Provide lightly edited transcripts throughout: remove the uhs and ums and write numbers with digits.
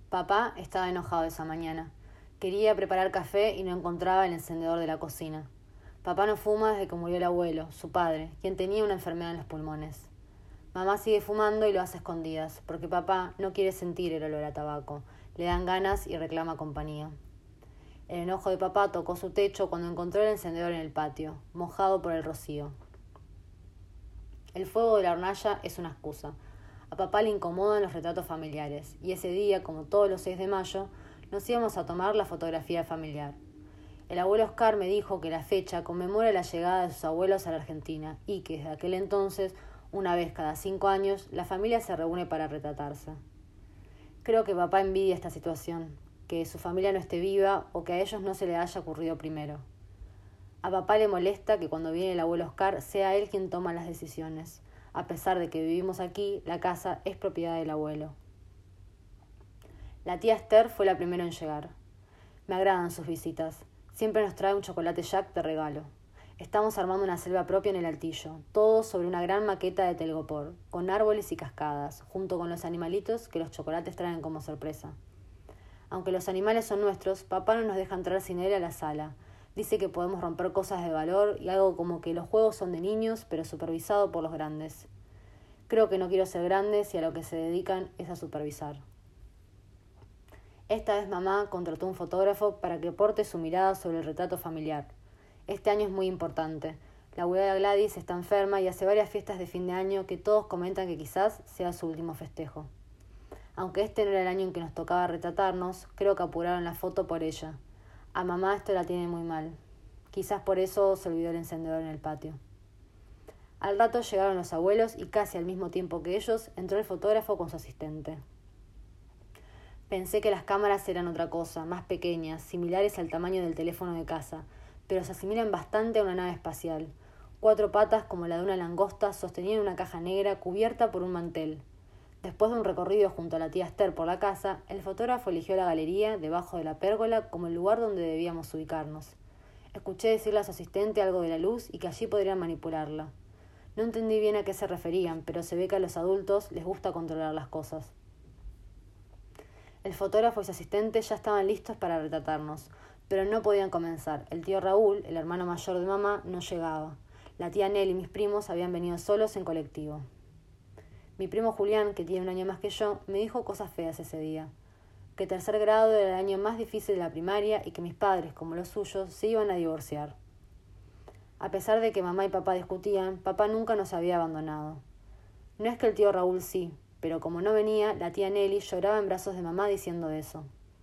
Papá estaba enojado esa mañana. Quería preparar café y no encontraba el encendedor de la cocina. Papá no fuma desde que murió el abuelo, su padre, quien tenía una enfermedad en los pulmones. Mamá sigue fumando y lo hace a escondidas, porque papá no quiere sentir el olor a tabaco. Le dan ganas y reclama compañía. El enojo de papá tocó su techo cuando encontró el encendedor en el patio, mojado por el rocío. El fuego de la hornalla es una excusa. A papá le incomodan los retratos familiares, y ese día, como todos los 6 de mayo, nos íbamos a tomar la fotografía familiar. El abuelo Oscar me dijo que la fecha conmemora la llegada de sus abuelos a la Argentina y que desde aquel entonces, una vez cada 5 años, la familia se reúne para retratarse. Creo que papá envidia esta situación, que su familia no esté viva o que a ellos no se les haya ocurrido primero. A papá le molesta que cuando viene el abuelo Oscar sea él quien toma las decisiones. A pesar de que vivimos aquí, la casa es propiedad del abuelo. La tía Esther fue la primera en llegar. Me agradan sus visitas. Siempre nos trae un chocolate Jack de regalo. Estamos armando una selva propia en el altillo, todo sobre una gran maqueta de telgopor, con árboles y cascadas, junto con los animalitos que los chocolates traen como sorpresa. Aunque los animales son nuestros, papá no nos deja entrar sin él a la sala. Dice que podemos romper cosas de valor y algo como que los juegos son de niños, pero supervisado por los grandes. Creo que no quiero ser grande si a lo que se dedican es a supervisar. Esta vez mamá contrató un fotógrafo para que aporte su mirada sobre el retrato familiar. Este año es muy importante. La abuela Gladys está enferma y hace varias fiestas de fin de año que todos comentan que quizás sea su último festejo. Aunque este no era el año en que nos tocaba retratarnos, creo que apuraron la foto por ella. A mamá esto la tiene muy mal. Quizás por eso se olvidó el encendedor en el patio. Al rato llegaron los abuelos y casi al mismo tiempo que ellos entró el fotógrafo con su asistente. Pensé que las cámaras eran otra cosa, más pequeñas, similares al tamaño del teléfono de casa, pero se asimilan bastante a una nave espacial. 4 patas como la de una langosta sostenían una caja negra cubierta por un mantel. Después de un recorrido junto a la tía Esther por la casa, el fotógrafo eligió la galería debajo de la pérgola como el lugar donde debíamos ubicarnos. Escuché decirle a su asistente algo de la luz y que allí podrían manipularla. No entendí bien a qué se referían, pero se ve que a los adultos les gusta controlar las cosas. El fotógrafo y su asistente ya estaban listos para retratarnos, pero no podían comenzar. El tío Raúl, el hermano mayor de mamá, no llegaba. La tía Nelly y mis primos habían venido solos en colectivo. Mi primo Julián, que tiene un año más que yo, me dijo cosas feas ese día. Que 3er grado era el año más difícil de la primaria y que mis padres, como los suyos, se iban a divorciar. A pesar de que mamá y papá discutían, papá nunca nos había abandonado. No es que el tío Raúl sí, pero como no venía, la tía Nelly lloraba en brazos de mamá diciendo eso.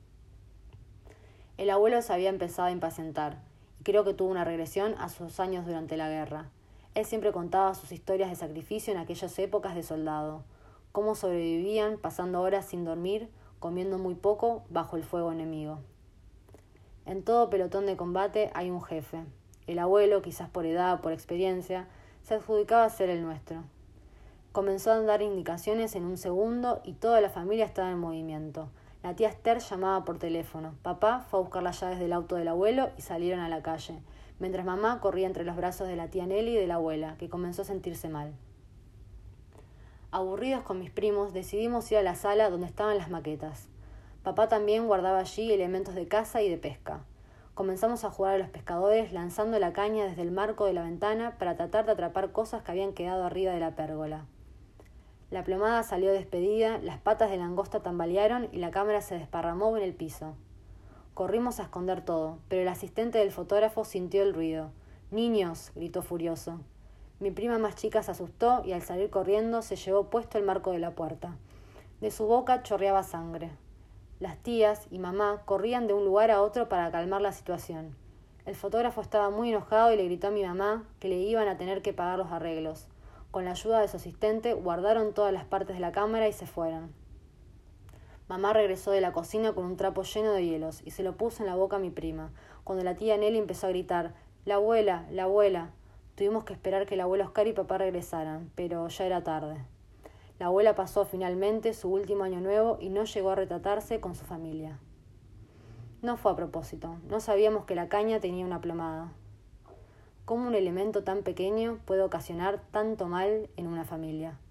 El abuelo se había empezado a impacientar, y creo que tuvo una regresión a sus años durante la guerra. Él siempre contaba sus historias de sacrificio en aquellas épocas de soldado, cómo sobrevivían pasando horas sin dormir, comiendo muy poco, bajo el fuego enemigo. En todo pelotón de combate hay un jefe. El abuelo, quizás por edad o por experiencia, se adjudicaba ser el nuestro. Comenzó a dar indicaciones en un segundo y toda la familia estaba en movimiento. La tía Esther llamaba por teléfono. Papá fue a buscar las llaves del auto del abuelo y salieron a la calle, mientras mamá corría entre los brazos de la tía Nelly y de la abuela, que comenzó a sentirse mal. Aburridos con mis primos, decidimos ir a la sala donde estaban las maquetas. Papá también guardaba allí elementos de caza y de pesca. Comenzamos a jugar a los pescadores lanzando la caña desde el marco de la ventana para tratar de atrapar cosas que habían quedado arriba de la pérgola. La plomada salió despedida, las patas de langosta tambalearon y la cámara se desparramó en el piso. Corrimos a esconder todo, pero el asistente del fotógrafo sintió el ruido. ¡Niños!, gritó furioso. Mi prima más chica se asustó y al salir corriendo se llevó puesto el marco de la puerta. De su boca chorreaba sangre. Las tías y mamá corrían de un lugar a otro para calmar la situación. El fotógrafo estaba muy enojado y le gritó a mi mamá que le iban a tener que pagar los arreglos. Con la ayuda de su asistente, guardaron todas las partes de la cámara y se fueron. Mamá regresó de la cocina con un trapo lleno de hielos y se lo puso en la boca a mi prima, cuando la tía Nelly empezó a gritar: ¡La abuela! ¡La abuela! Tuvimos que esperar que el abuelo Oscar y papá regresaran, pero ya era tarde. La abuela pasó finalmente su último año nuevo y no llegó a retratarse con su familia. No fue a propósito, no sabíamos que la caña tenía una plomada. ¿Cómo un elemento tan pequeño puede ocasionar tanto mal en una familia?